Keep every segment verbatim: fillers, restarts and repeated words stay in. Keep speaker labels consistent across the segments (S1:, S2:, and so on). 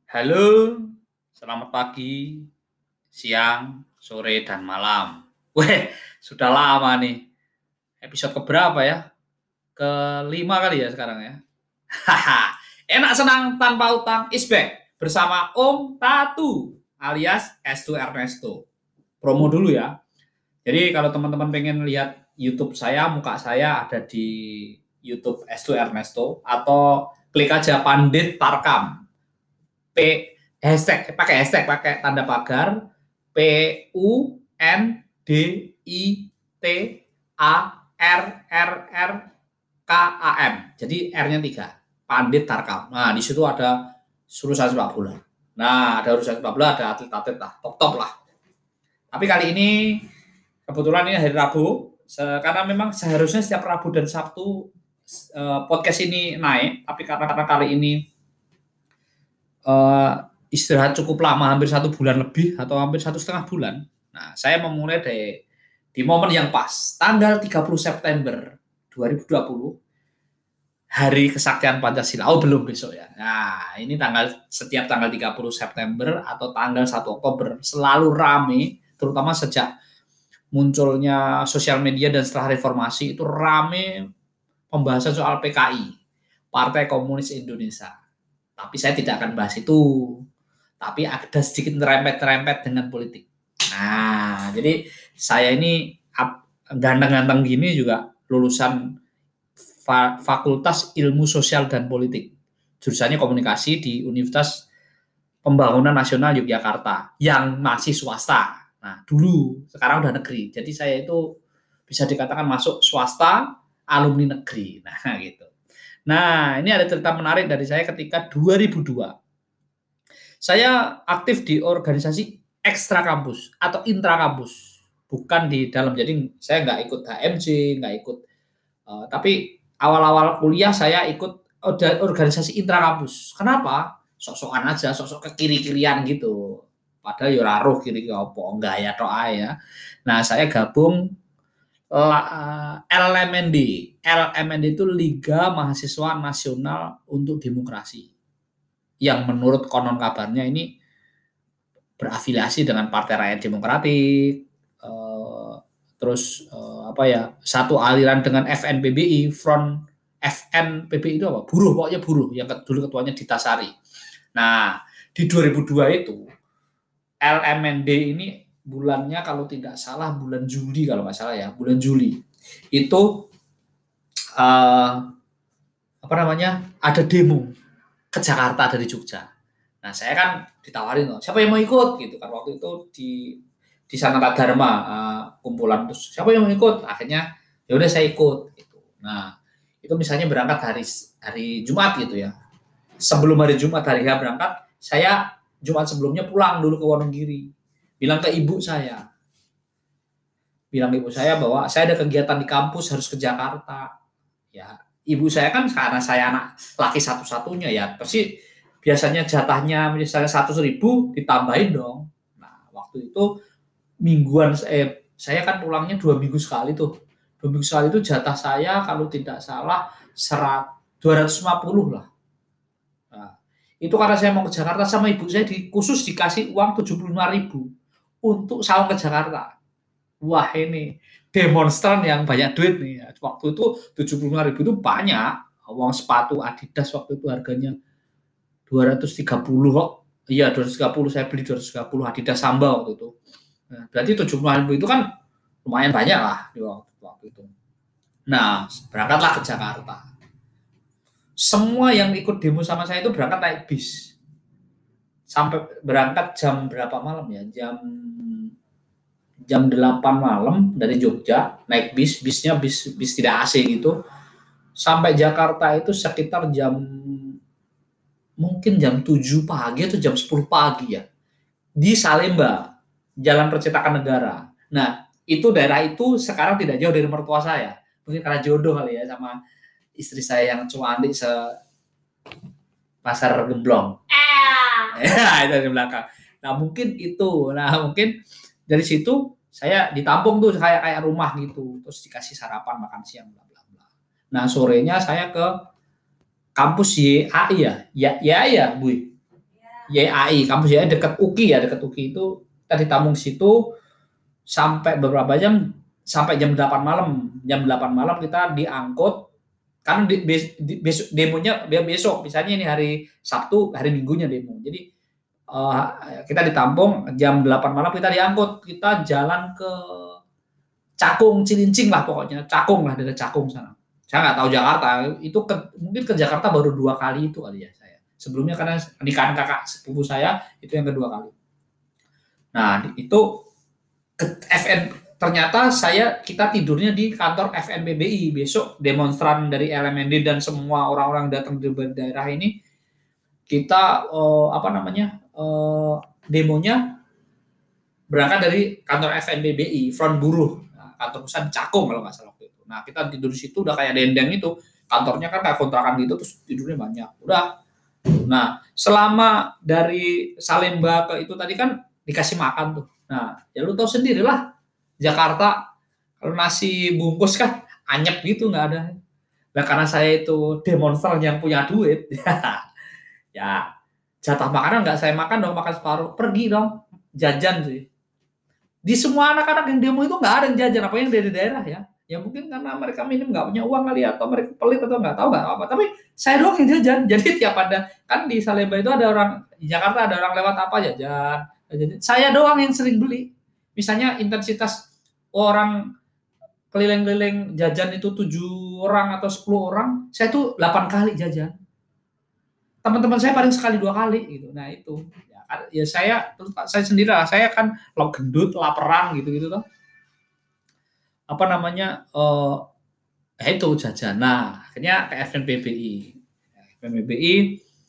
S1: Halo, selamat pagi, siang, sore, dan malam. Weh, sudah lama nih. Episode keberapa ya? Kelima kali ya sekarang ya. Haha, enak senang tanpa utang is back bersama Om Tatu alias S dua Ernesto. Promo dulu ya. Jadi kalau teman-teman pengen lihat YouTube saya, muka saya ada di YouTube S dua Ernesto atau klik aja Pandit Tarkam. P hashtag pakai hashtag pakai tanda pagar P U N D I T A R R R K A M. Jadi R-nya tiga. Pandit Tarkam. Nah, di situ ada urusan sepak bola. Nah, ada urusan sepak bola, ada atlet-atlet lah, top-top lah. Tapi kali ini kebetulan ini hari Rabu, karena memang seharusnya setiap Rabu dan Sabtu podcast ini naik, tapi karena, karena kali ini uh, istirahat cukup lama, hampir satu bulan lebih atau hampir satu setengah bulan. Nah, saya memulai dari di momen yang pas, tanggal tiga puluh September dua ribu dua puluh, Hari Kesaktian Pancasila. Oh, belum besok ya. Nah, ini tanggal setiap tanggal tiga puluh September atau tanggal satu Oktober selalu rame, terutama sejak munculnya sosial media dan setelah reformasi itu rame pembahasan soal P K I, Partai Komunis Indonesia. Tapi saya tidak akan bahas itu. Tapi ada sedikit nerempet-nerempet dengan politik. Nah, jadi saya ini ganteng-ganteng gini juga lulusan Fakultas Ilmu Sosial dan Politik. Jurusannya komunikasi di Universitas Pembangunan Nasional Yogyakarta yang masih swasta. Nah, dulu, sekarang udah negeri. Jadi saya itu bisa dikatakan masuk swasta, alumni negeri. Nah, gitu. Nah, ini ada cerita menarik dari saya ketika dua ribu dua. Saya aktif di organisasi ekstra kampus atau intra kampus, bukan di dalam. Jadi saya nggak ikut H M C, nggak ikut, uh, tapi awal-awal kuliah saya ikut organisasi intra kampus. Kenapa? Sok-sokan aja, sok-sok ke kiri-kirian gitu. Padahal ya raruh kiri ke opo, enggak ya toh ya. Nah, saya gabung L M N D. L M N D itu Liga Mahasiswa Nasional untuk Demokrasi. Yang menurut konon kabarnya ini berafiliasi dengan Partai Rakyat Demokratik, eh, terus eh, apa ya, satu aliran dengan F N P B I, Front F N P B I itu apa? Buruh, pokoknya buruh, yang dulu ketuanya Dita Sari. Nah, di dua ribu dua itu L M N D ini bulannya kalau tidak salah bulan Juli, kalau nggak salah ya, bulan Juli itu uh, apa namanya, ada demo ke Jakarta dari Jogja. Nah, saya kan ditawarin loh, siapa yang mau ikut gitu kan, waktu itu di di Sanata Dharma uh, kumpulan, terus siapa yang mau ikut, akhirnya ya udah saya ikut gitu. Nah, itu misalnya berangkat hari hari Jumat gitu ya, sebelum hari Jumat, hari H berangkat, saya Jumat sebelumnya pulang dulu ke Wonogiri, bilang ke ibu saya bilang ibu saya bahwa saya ada kegiatan di kampus, harus ke Jakarta. Ya, ibu saya kan karena saya anak laki satu-satunya ya, pasti biasanya jatahnya misalnya seratus ribu ditambahin dong. Nah, waktu itu mingguan, eh, saya kan pulangnya dua minggu sekali tuh. Dua minggu sekali itu jatah saya kalau tidak salah dua ratus lima puluh lah. Nah, itu karena saya mau ke Jakarta sama ibu saya, di, khusus dikasih uang tujuh puluh lima ribu untuk saung ke Jakarta. Wah, ini demonstran yang banyak duit nih. Waktu itu tujuh puluh lima ribu itu banyak. Uang sepatu Adidas waktu itu harganya dua ratus tiga puluh kok. Iya, dua ratus tiga puluh, saya beli dua ratus tiga puluh Adidas Samba waktu itu. Nah, berarti tujuh puluh lima ribu itu kan lumayan banyak lah di waktu, waktu itu. Nah, berangkatlah ke Jakarta. Semua yang ikut demo sama saya itu berangkat naik bis. Sampai berangkat jam berapa malam ya? Jam jam delapan malam dari Jogja, naik bis, bisnya bis bis tidak A C gitu. Sampai Jakarta itu sekitar jam mungkin jam tujuh pagi atau jam sepuluh pagi ya. Di Salemba, Jalan Percetakan Negara. Nah, itu daerah itu sekarang tidak jauh dari mertua saya. Mungkin karena jodoh kali ya sama istri saya yang cuantik se Pasar Gemblong. Ya, itu di belakang. Nah, mungkin itu. Nah, mungkin dari situ saya ditampung tuh kayak kayak rumah gitu, terus dikasih sarapan, makan siang, bla bla bla. Nah, sorenya saya ke kampus Y A I ya, ya ya ya Bu, Y A I, kampus Y A I dekat U K I ya, dekat U K I itu kita ditampung situ sampai beberapa jam, sampai jam delapan malam. Jam delapan malam kita diangkut, karena di, di, besok demonya besok, misalnya ini hari Sabtu, hari Minggunya demo. Jadi uh, kita ditampung jam delapan malam, kita diangkut, kita jalan ke Cakung, Cilincing lah pokoknya, Cakung lah, dari Cakung sana. Saya nggak tahu Jakarta, itu ke, mungkin ke Jakarta baru dua kali itu kali ya saya. Sebelumnya karena nikahan kakak sepupu saya, itu yang kedua kali. Nah, itu F N, ternyata saya kita tidurnya di kantor F N P B I. Besok demonstran dari L M N D dan semua orang-orang datang dari daerah ini, kita eh, apa namanya eh, demonya berangkat dari kantor F N P B I, Front Buruh, nah, kantor pusat Cakung kalau nggak salah waktu itu. Nah, kita tidur di situ udah kayak dendeng itu, kantornya kan kayak kontrakan gitu, terus tidurnya banyak. Udah. Nah, selama dari Salemba ke itu tadi kan dikasih makan tuh. Nah, ya lu tahu sendiri lah, Jakarta kalau nasi bungkus kan anyep gitu, nggak ada. Nah, karena saya itu demonstran yang punya duit, ya jatah makanan nggak saya makan dong, makan separuh, pergi dong jajan sih. Di semua anak-anak yang demo itu nggak ada yang jajan, apa yang dari daerah ya. Ya mungkin karena mereka minim, nggak punya uang kali, atau mereka pelit, atau nggak tahu nggak apa. Tapi saya doang yang jajan. Jadi tiap ada, kan di Salemba itu ada orang, di Jakarta ada orang lewat apa jajan. jajan. Saya doang yang sering beli. Misalnya intensitas orang keliling-keliling jajan itu tujuh orang atau sepuluh orang, saya tuh delapan kali jajan. Teman-teman saya paling sekali dua kali gitu. Nah itu ya saya saya sendiri lah, saya kan lo gendut, laparan gitu-gitu tuh. Apa namanya? Eh itu jajan. Nah, akhirnya ke F N P B I. F N P B I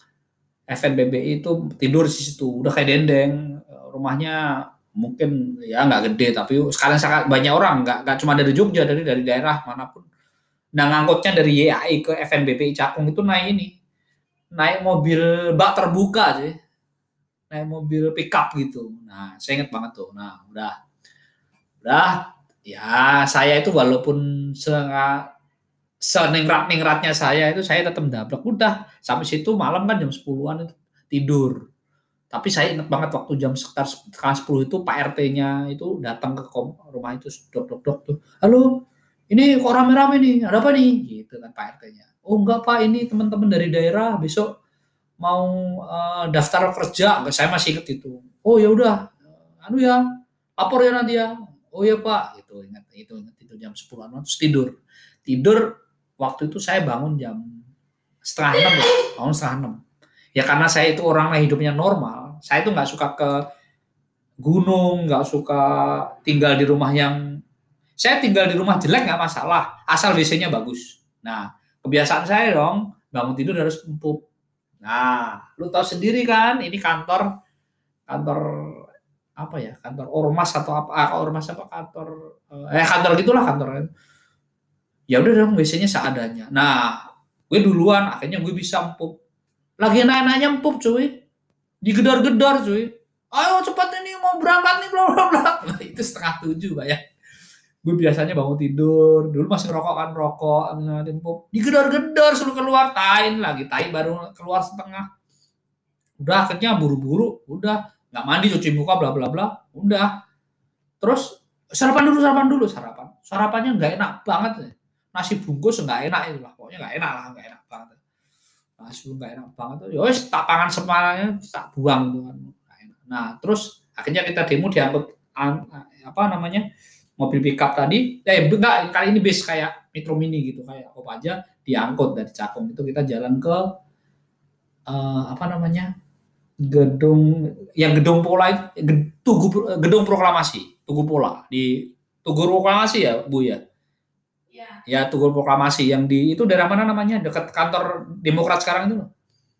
S1: F N P B I itu tidur di situ, udah kayak dendeng. Rumahnya mungkin ya nggak gede, tapi sekarang sangat banyak orang, nggak nggak cuma dari Jogja, dari dari daerah manapun. Nah, ngangkutnya dari Y A I ke F N P B I Cakung itu naik ini, naik mobil bak terbuka sih. Naik mobil pickup gitu. Nah, saya ingat banget tuh. Nah, udah, udah, ya saya itu walaupun setengah seningrat-ningratnya saya itu, saya tetap dablek. Udah, sampai situ malam kan jam sepuluhan itu tidur. Tapi saya ingat banget waktu jam sekitar setengah sepuluh itu Pak R T-nya itu datang ke rumah itu, dok dok dok tuh. Halo, ini kok rame-rame nih? Ada apa nih? Gitu kan Pak R T-nya. Oh enggak Pak, ini teman-teman dari daerah besok mau uh, daftar kerja, saya masih ingat itu. Oh ya udah, anu ya, lapor ya nanti ya. Oh ya Pak, itu ingat itu ingat itu jam sepuluhan terus tidur. Tidur waktu itu saya bangun jam setengah enam, bangun setengah enam. Ya karena saya itu orangnya hidupnya normal, saya itu nggak suka ke gunung, nggak suka tinggal di rumah yang, saya tinggal di rumah jelek nggak masalah, asal W C-nya bagus. Nah, kebiasaan saya dong, bangun tidur harus empuk. Nah, lu tahu sendiri kan, ini kantor kantor apa ya, kantor ormas atau apa, ah, ormas apa kantor eh kantor gitulah kantor. Ya udah dong, W C-nya seadanya. Nah, gue duluan, akhirnya gue bisa empuk. Lagi enak-enaknya empuk cuy, digedor-gedor cuy. Ayo cepat ini mau berangkat nih, bla bla bla. Itu setengah tujuh Pak ya. Gue biasanya bangun tidur, dulu masih ngerokok kan, rokok, empuk, digedor-gedor suruh keluar, tain lagi, tai baru keluar setengah. Udah akhirnya buru-buru, udah nggak mandi, cuci muka, bla bla bla, udah. Terus sarapan dulu, sarapan dulu, sarapan. Sarapannya nggak enak banget, nasi bungkus nggak enak itu lah, pokoknya nggak enak lah, nggak enak banget. Nasi nggak enak banget, ya wes tak pangan semuanya, tak buang gitu kan. Nah terus akhirnya kita demo diangkut apa namanya mobil pickup tadi, eh enggak, kali ini base kayak Metro Mini gitu, kayak apa aja diangkut dari Cakung itu, kita jalan ke uh, apa namanya gedung, yang gedung Pola itu, Tugu, gedung proklamasi Tugu Pola di Tugu Proklamasi ya Bu ya. Ya, ya Tugu Proklamasi yang di itu daerah mana namanya, dekat kantor Demokrat sekarang itu loh.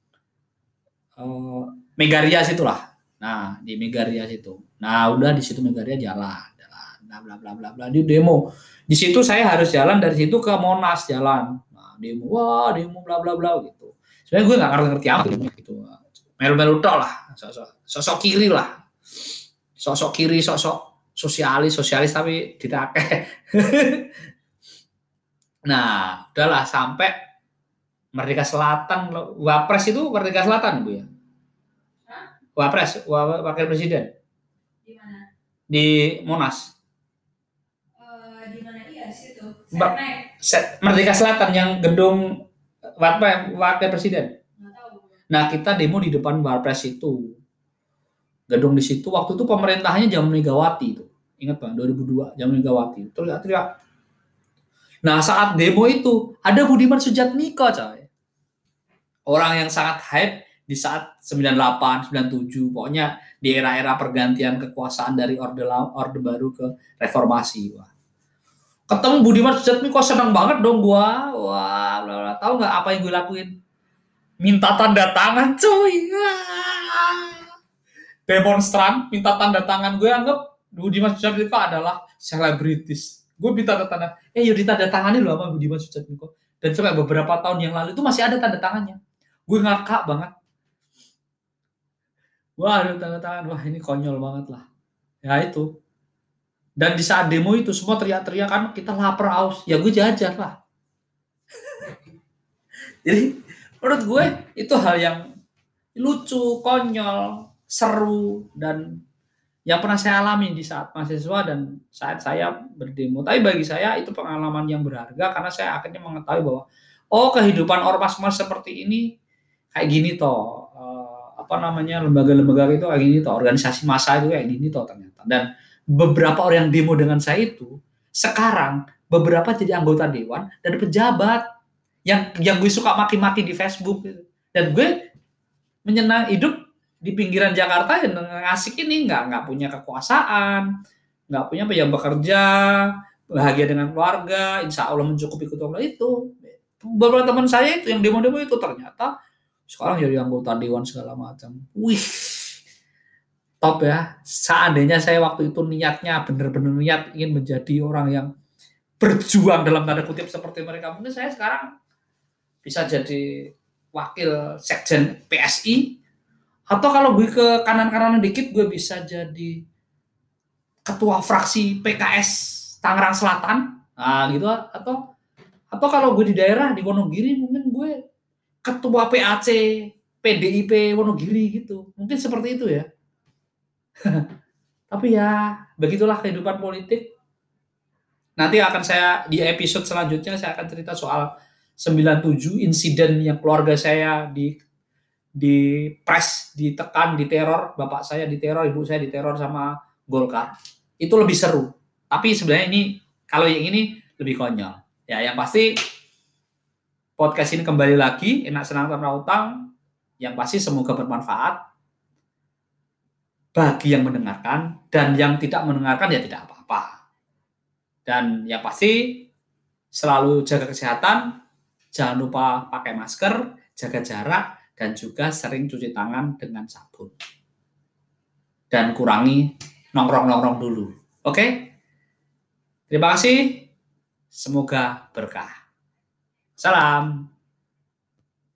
S1: Uh, Megaria situlah. Nah di Megaria situ. Nah udah di situ Megaria jalan. Bla bla bla bla bla di demo. Di situ saya harus jalan dari situ ke Monas jalan. Nah, demo, wah demo bla bla bla gitu. Sebenarnya gue nggak ngerti-ngerti apa gitu. Melu-melu tok lah, sosok, sosok kiri lah. Sosok kiri, sosok sosialis, sosialis tapi ditake. Nah, udahlah sampai Merdeka Selatan, Wapres itu Merdeka Selatan Bu ya. Wapres, wa- wakil presiden
S2: Di mana?
S1: di Monas.
S2: Eh, di mana iya situ?
S1: Mbak,
S2: Setnek.
S1: Se- Merdeka Selatan yang gedung Wapres wakil presiden.
S2: Nggak tahu.
S1: Nah, kita demo di depan Wapres itu. Gedung di situ waktu itu pemerintahnya zaman Megawati itu. Ingat Bang, dua ribu dua zaman Megawati. Teriak-teriak. Nah, saat demo itu ada Budiman Sujatmiko, coy. Orang yang sangat hype di saat sembilan puluh delapan, sembilan puluh tujuh, pokoknya di era-era pergantian kekuasaan dari Orde Lama, Orde Baru ke Reformasi. Wah. Ketemu Budiman Sujatmiko seneng banget dong gua. Wah, bla bla. Tahu nggak apa yang gue lakuin? Minta tanda tangan, coy. Demonstran minta tanda tangan, gue anggap Budiman Sujatmiko adalah selebritis. Gue minta tanda tangan, eh yuk ditanda tangani loh sama Budiman Sujatmiko. Dan sampai beberapa tahun yang lalu itu masih ada tanda tangannya. Gue ngakak banget. Wah, ada tanda tangan. Wah, ini konyol banget lah. Ya itu. Dan di saat demo itu semua teriak-teriak kan kita lapar aus. Ya gue jajan lah. Jadi menurut gue itu hal yang lucu, konyol, seru, dan yang pernah saya alami di saat mahasiswa dan saat saya berdemo. Tapi bagi saya itu pengalaman yang berharga karena saya akhirnya mengetahui bahwa oh, kehidupan ormas-ormas seperti ini kayak gini toh. Eh, apa namanya, lembaga-lembaga itu kayak gini toh, organisasi massa itu kayak gini toh ternyata. Dan beberapa orang yang demo dengan saya itu sekarang beberapa jadi anggota dewan dan pejabat yang yang gue suka maki-maki di Facebook gitu. Dan gue menyenang hidup di pinggiran Jakarta yang ngasih ini nggak nggak punya kekuasaan, nggak punya apa yang bekerja, bahagia dengan keluarga, insya Allah mencukupi kebutuhan itu. Beberapa teman saya itu yang demo-demo itu ternyata sekarang jadi anggota dewan segala macam. Wih, top ya. Seandainya saya waktu itu niatnya benar-benar niat ingin menjadi orang yang berjuang dalam tanda kutip seperti mereka, mungkin saya sekarang bisa jadi wakil sekjen P S I, atau kalau gue ke kanan-kanan dikit gue bisa jadi ketua fraksi P K S Tangerang Selatan, nah gitu. Atau atau kalau gue di daerah di Wonogiri mungkin gue ketua P A C P D I P Wonogiri gitu, mungkin seperti itu ya. Tapi ya begitulah kehidupan politik. Nanti akan saya di episode selanjutnya saya akan cerita soal sembilan puluh tujuh insiden yang keluarga saya di di press, ditekan, diteror, bapak saya diteror, ibu saya diteror sama Golkar. Itu lebih seru. Tapi sebenarnya ini kalau yang ini lebih konyol. Ya, yang pasti podcast ini kembali lagi enak senang tanpa utang. Yang pasti semoga bermanfaat bagi yang mendengarkan, dan yang tidak mendengarkan ya tidak apa-apa. Dan yang pasti selalu jaga kesehatan, jangan lupa pakai masker, jaga jarak, dan juga sering cuci tangan dengan sabun. Dan kurangi nongkrong-nongkrong dulu. Oke? Terima kasih. Semoga berkah. Salam.